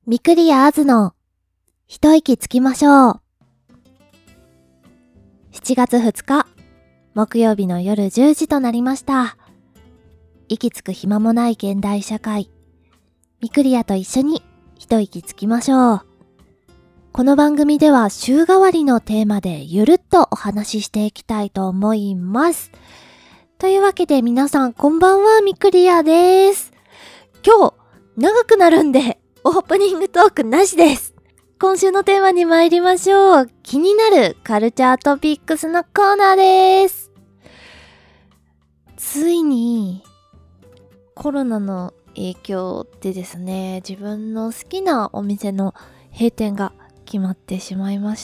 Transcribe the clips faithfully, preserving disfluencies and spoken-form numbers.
みくりやあずの一息つきましょう。しちがつふつか木曜日の夜じゅうじとなりました。息つく暇もない現代社会、みくりやと一緒に一息つきましょう。この番組では週替わりのテーマでゆるっとお話ししていきたいと思います。というわけで皆さんこんばんは、みくりやです。今日長くなるんでオープニングトークなしです。今週のテーマに参りましょう。気になるカルチャートピックスのコーナーです。ついにコロナの影響でですね、自分の好きなお店の閉店が決まってしまいました。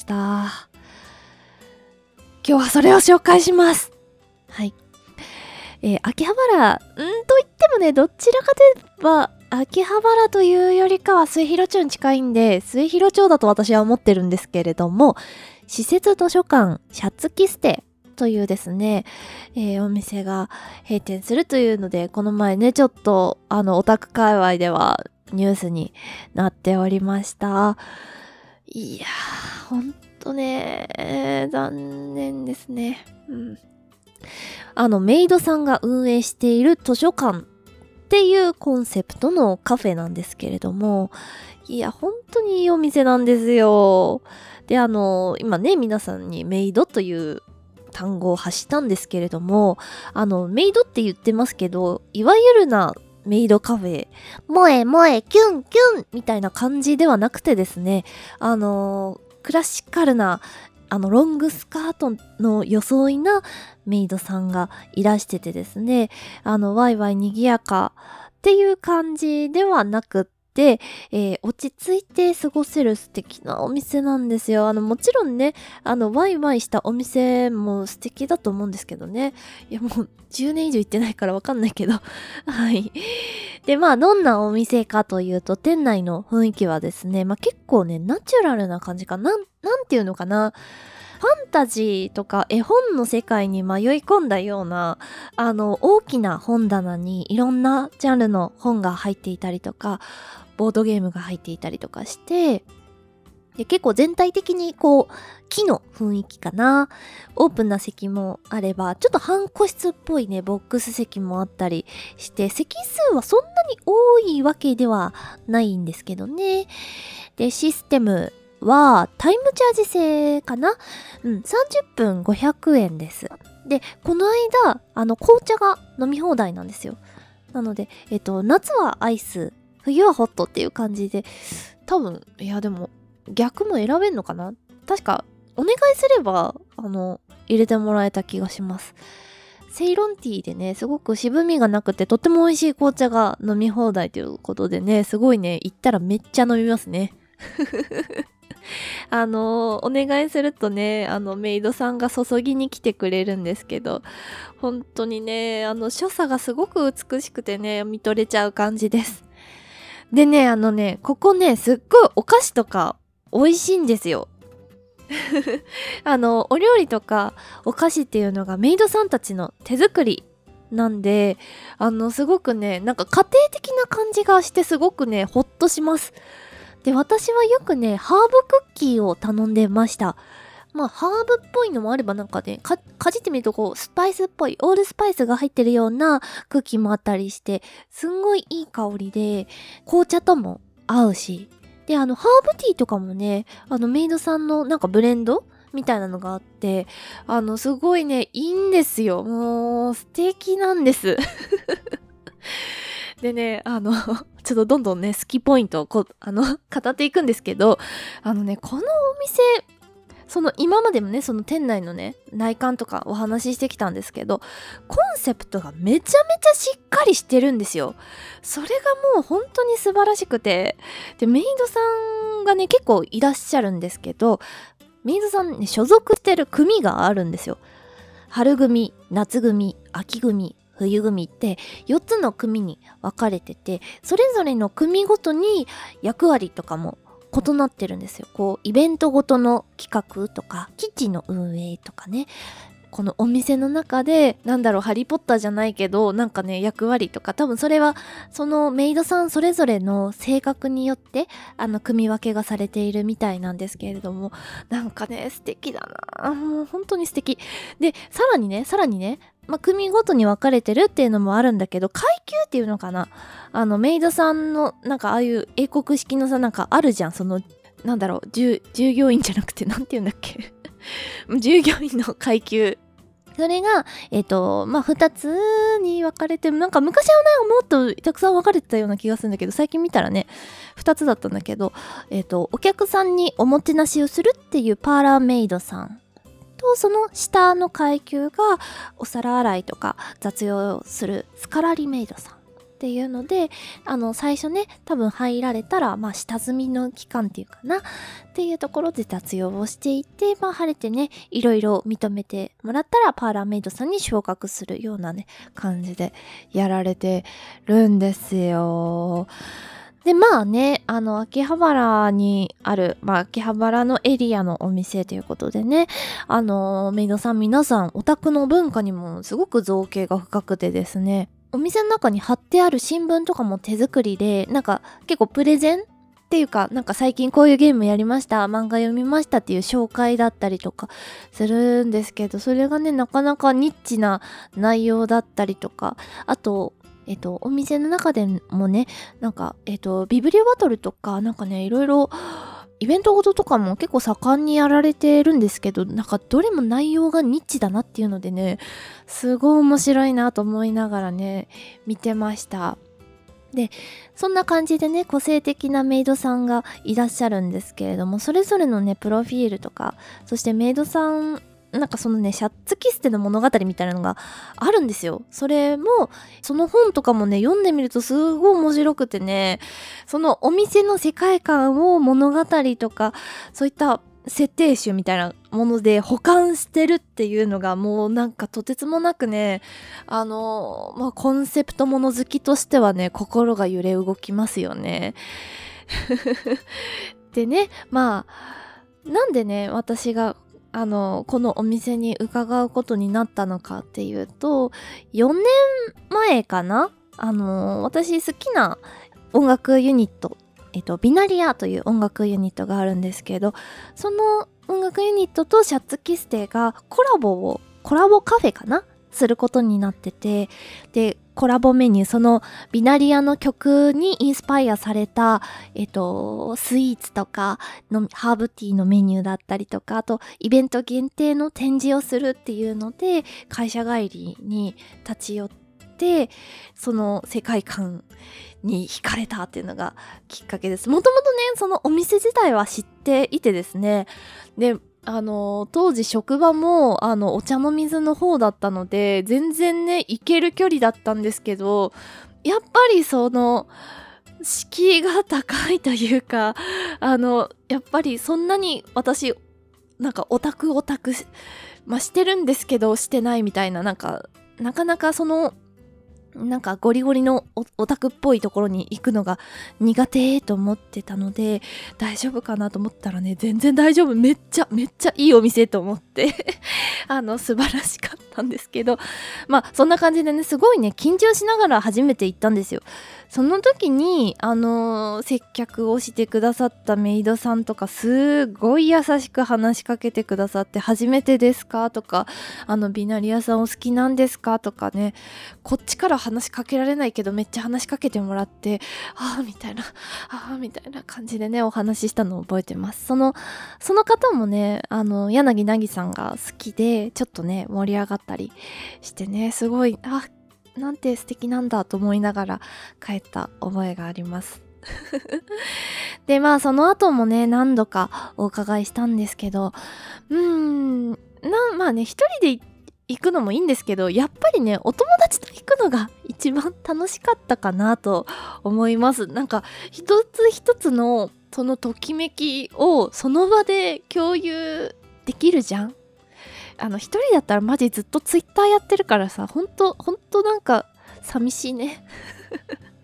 今日はそれを紹介します。はい。えー、秋葉原、んと言ってもね、どちらかといえば秋葉原というよりかは末広町に近いんで、末広町だと私は思ってるんですけれども、施設図書館シャツキステというですね、えー、お店が閉店するというので、この前ね、ちょっとあのオタク界隈ではニュースになっておりました。いやー、ほんとね、えー、残念ですね。うん。あのメイドさんが運営している図書館っていうコンセプトのカフェなんですけれども、いや本当にいいお店なんですよ。で、あの今ね、皆さんにメイドという単語を発したんですけれども、あのメイドって言ってますけど、いわゆるなメイドカフェ、萌え萌えキュンキュンみたいな感じではなくてですね、あのクラシカルなあのロングスカートの装いなメイドさんがいらしててですね、あのワイワイにぎやかっていう感じではなくって、えー、落ち着いて過ごせる素敵なお店なんですよ。あのもちろんね、あのワイワイしたお店も素敵だと思うんですけどね。いやもうじゅうねん以上行ってないからわかんないけどはい。で、まあどんなお店かというと、店内の雰囲気はですね、まあ結構ねナチュラルな感じかな、なんていうのかな、ファンタジーとか絵本の世界に迷い込んだような、あの大きな本棚にいろんなジャンルの本が入っていたりとか、ボードゲームが入っていたりとかして、で結構全体的にこう木の雰囲気かな。オープンな席もあれば、ちょっと半個室っぽいねボックス席もあったりして、席数はそんなに多いわけではないんですけどね。でシステムはタイムチャージ制かな。うん、さんじゅっぷんごひゃくえんです。でこの間あの紅茶が飲み放題なんですよ。なのでえっと夏はアイス、冬はホットっていう感じで、多分いやでも逆も選べんのかな。確かお願いすればあの入れてもらえた気がします。セイロンティーでね、すごく渋みがなくてとっても美味しい紅茶が飲み放題ということでね、すごいね、行ったらめっちゃ飲みますねあのお願いするとね、あのメイドさんが注ぎに来てくれるんですけど、本当にね、あの所作がすごく美しくてね、見とれちゃう感じです。でね、あのね、ここね、すっごいお菓子とか美味しいんですよあのお料理とかお菓子っていうのがメイドさんたちの手作りなんで、あのすごくね、なんか家庭的な感じがしてすごくねほっとします。で私はよくねハーブクッキーを頼んでました。まあハーブっぽいのもあれば、なんかね か, かじってみるとこうスパイスっぽいオールスパイスが入ってるようなクッキーもあったりして、すんごいいい香りで紅茶とも合うし、であのハーブティーとかもね、あのメイドさんのなんかブレンドみたいなのがあって、あのすごいねいいんですよ。もう素敵なんですでね、あのちょっとどんどんね好きポイントをこあの語っていくんですけど、あのねこのお店、その今までもねその店内のね内観とかお話ししてきたんですけど、コンセプトがめちゃめちゃしっかりしてるんですよ。それがもう本当に素晴らしくて、でメイドさんがね結構いらっしゃるんですけど、メイドさんね所属してる組があるんですよ。春組、夏組、秋組、冬組ってよっつの組に分かれてて、それぞれの組ごとに役割とかも異なってるんですよ。こうイベントごとの企画とか基地の運営とかね、 このお店の中でなんだろうハリーポッターじゃないけどなんかね役割とか多分それはそのメイドさんそれぞれの性格によってあの組み分けがされているみたいなんですけれども、なんかね素敵だな、もう本当に素敵で、さらにねさらにねまあ、組ごとに分かれてるっていうのもあるんだけど、階級っていうのかな、あのメイドさんのなんかああいう英国式のさなんかあるじゃん、そのなんだろう従業員じゃなくてなんて言うんだっけ従業員の階級、それがえっ、とまあふたつに分かれて、なんか昔はねもっとたくさん分かれてたような気がするんだけど、最近見たらねふたつだったんだけど、えっ、とお客さんにおもてなしをするっていうパーラーメイドさんと、その下の階級がお皿洗いとか雑用するスカラリメイドさんっていうので、あの最初ね多分入られたらまあ下積みの期間っていうかなっていうところで雑用をしていて、まあ晴れてねいろいろ認めてもらったらパーラーメイドさんに昇格するようなね感じでやられてるんですよ。でまあねあの秋葉原にある、まあ、秋葉原のエリアのお店ということでね、あのメイドさん皆さんオタクの文化にもすごく造形が深くてですね、お店の中に貼ってある新聞とかも手作りで、なんか結構プレゼンっていうか、なんか最近こういうゲームやりました、漫画読みましたっていう紹介だったりとかするんですけど、それがねなかなかニッチな内容だったりとか、あとえっとお店の中でもねなんかえっとビブリオバトルとかなんかねいろいろイベントごととかも結構盛んにやられてるんですけど、なんかどれも内容がニッチだなっていうのでねすごい面白いなと思いながらね見てました。でそんな感じでね個性的なメイドさんがいらっしゃるんですけれども、それぞれのねプロフィールとか、そしてメイドさんなんかそのねシャツキステの物語みたいなのがあるんですよ。それもその本とかもね読んでみるとすごい面白くてね、そのお店の世界観を物語とかそういった設定集みたいなもので保管してるっていうのがもうなんかとてつもなくね、あのまあコンセプトもの好きとしてはね心が揺れ動きますよねでねまあなんでね私があのこのお店に伺うことになったのかっていうと、よねんまえかな、あの私好きな音楽ユニット、えっとビナリアという音楽ユニットがあるんですけど、その音楽ユニットとシャツキステがコラボをコラボカフェかなすることになってて、でコラボメニュー、そのビナリアの曲にインスパイアされたえっとスイーツとかのハーブティーのメニューだったりとか、あとイベント限定の展示をするっていうので会社帰りに立ち寄って、その世界観に惹かれたっていうのがきっかけです。もともとねそのお店自体は知っていてですね、であの当時職場もあのお茶の水の方だったので全然ね行ける距離だったんですけど、やっぱりその敷居が高いというか、あのやっぱりそんなに私なんかオタクオタクまあしてるんですけどしてないみたいな、なんかなかなかそのなんかゴリゴリのオタクっぽいところに行くのが苦手と思ってたので大丈夫かなと思ったらね全然大丈夫、めっちゃめっちゃいいお店と思ってあの素晴らしかったんですけど、まあそんな感じでねすごいね緊張しながら初めて行ったんですよ。その時にあのー、接客をしてくださったメイドさんとかすごい優しく話しかけてくださって、初めてですかとか、あのビナリアさんお好きなんですかとかね、こっちから話しかけられないけどめっちゃ話しかけてもらって、ああみたいなああみたいな感じでねお話ししたのを覚えてます。そのその方もねあの柳凪さんが好きでちょっとね盛り上がったりしてね、すごいあなんて素敵なんだと思いながら帰った覚えがありますでまあその後もね何度かお伺いしたんですけど、うーんなまあね一人で行くのもいいんですけど、やっぱりねお友達と行くのが一番楽しかったかなと思います。なんか一つ一つのそのときめきをその場で共有できるじゃん。あの一人だったらマジずっとツイッターやってるからさ、ほんとほんとなんか寂しいね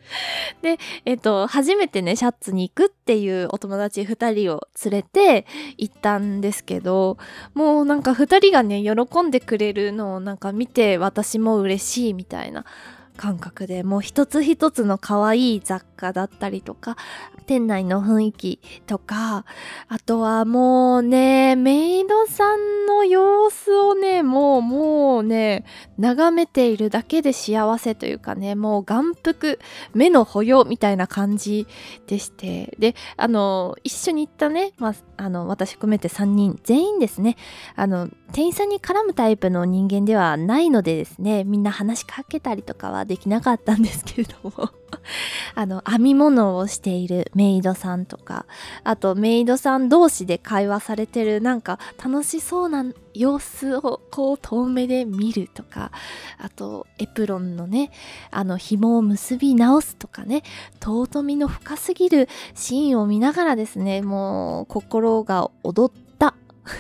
で、えっと、初めてね、シャツに行くっていうお友達ふたりを連れて行ったんですけど、もうなんかふたりがね、喜んでくれるのをなんか見て私も嬉しいみたいな感覚で、もう一つ一つの可愛い雑貨だったりとか、店内の雰囲気とか、あとはもうね、メイドさんの様子をね、もうもうね、眺めているだけで幸せというかね、もう眼福、目の保養みたいな感じでして、で、あの、一緒に行ったね、まあ、あの、私含めてさんにん全員ですね、あの、店員さんに絡むタイプの人間ではないのでですね、みんな話しかけたりとかはできなかったんですけれどもあの編み物をしているメイドさんとか、あとメイドさん同士で会話されてるなんか楽しそうな様子をこう遠目で見るとか、あとエプロンのねあの紐を結び直すとかね、尊みの深すぎるシーンを見ながらですね、もう心が踊った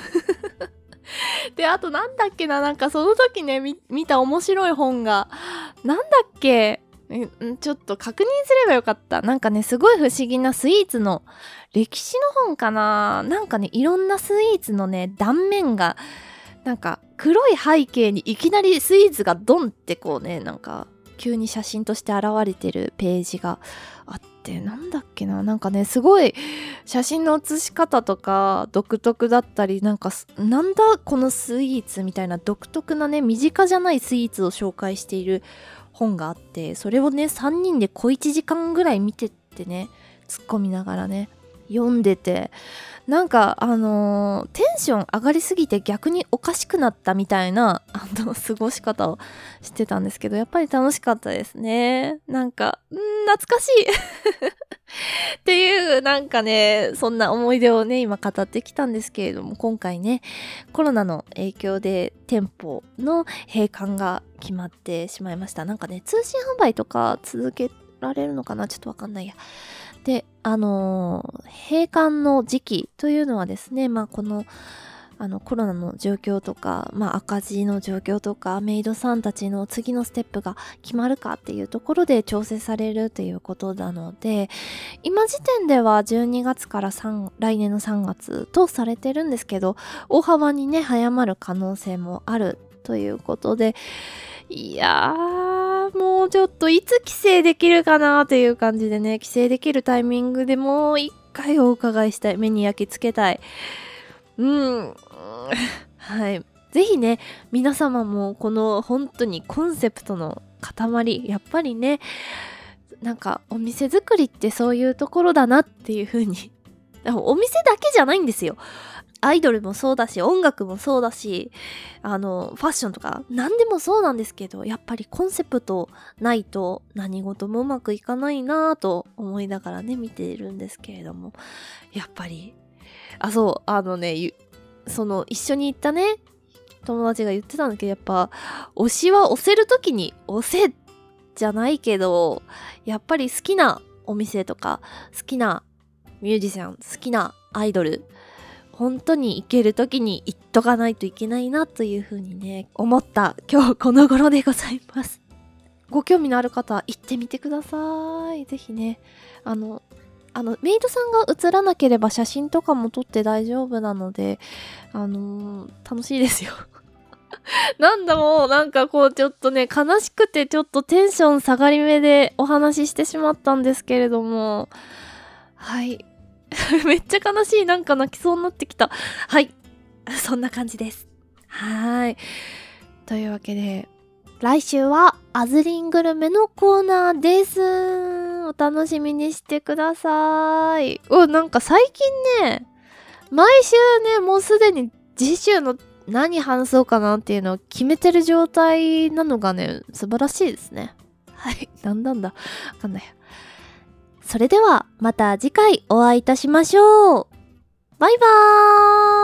で、あとなんだっけな、なんかその時ね 見, 見た面白い本がなんだっけ、ちょっと確認すればよかった。なんかね、すごい不思議なスイーツの歴史の本かな。なんかね、いろんなスイーツのね、断面が、なんか黒い背景にいきなりスイーツがドンってこうね、なんか急に写真として現れてるページがあって、なんだっけな、なんかね、すごい写真の写し方とか独特だったり、なんか、なんだこのスイーツみたいな独特なね、身近じゃないスイーツを紹介している本があって、それをねさんにんで小いちじかんぐらい見てってね、突っ込みながらね読んでて、なんかあのー、テンション上がりすぎて逆におかしくなったみたいなあの過ごし方をしてたんですけど、やっぱり楽しかったですね。なんかんー懐かしいっていうなんかね、そんな思い出をね今語ってきたんですけれども、今回ねコロナの影響で店舗の閉館が決まってしまいました。なんかね通信販売とか続けられるのかな、ちょっとわかんないや。で、あのー、閉館の時期というのはですね、まあこのあのコロナの状況とか、まあ、赤字の状況とか、メイドさんたちの次のステップが決まるかっていうところで調整されるということなので、今時点ではじゅうにがつから3来年のさんがつとされてるんですけど、大幅にね早まる可能性もあるということで、いやーもうちょっといつ帰省できるかなっていう感じでね、帰省できるタイミングでもう一回お伺いしたい、目に焼き付けたい。うんはい、ぜひね皆様もこの本当にコンセプトの塊、やっぱりねなんかお店作りってそういうところだなっていう風にお店だけじゃないんですよ。アイドルもそうだし、音楽もそうだし、あのファッションとか何でもそうなんですけど、やっぱりコンセプトないと何事もうまくいかないなぁと思いながらね見ているんですけれども、やっぱりあそうあのねその一緒に行ったね友達が言ってたんだけど、やっぱ推しは押せる時に押せじゃないけど、やっぱり好きなお店とか好きなミュージシャン、好きなアイドル、本当に行ける時に行っとかないといけないなというふうにね思った今日この頃でございます。ご興味のある方は行ってみてください。ぜひね、あのあのメイドさんが映らなければ写真とかも撮って大丈夫なので、あのー、楽しいですよなんだもうなんかこうちょっとね悲しくてちょっとテンション下がり目でお話ししてしまったんですけれども、はいめっちゃ悲しい、なんか泣きそうになってきた。はいそんな感じです。はい、というわけで来週はアズリングルメのコーナーです。お楽しみにしてください。お、なんか最近ね、毎週ね、もうすでに次週の何話そうかなっていうのを決めてる状態なのがね、素晴らしいですね。はい、なんだんだ。わかんない。それではまた次回お会いいたしましょう。バイバーイ。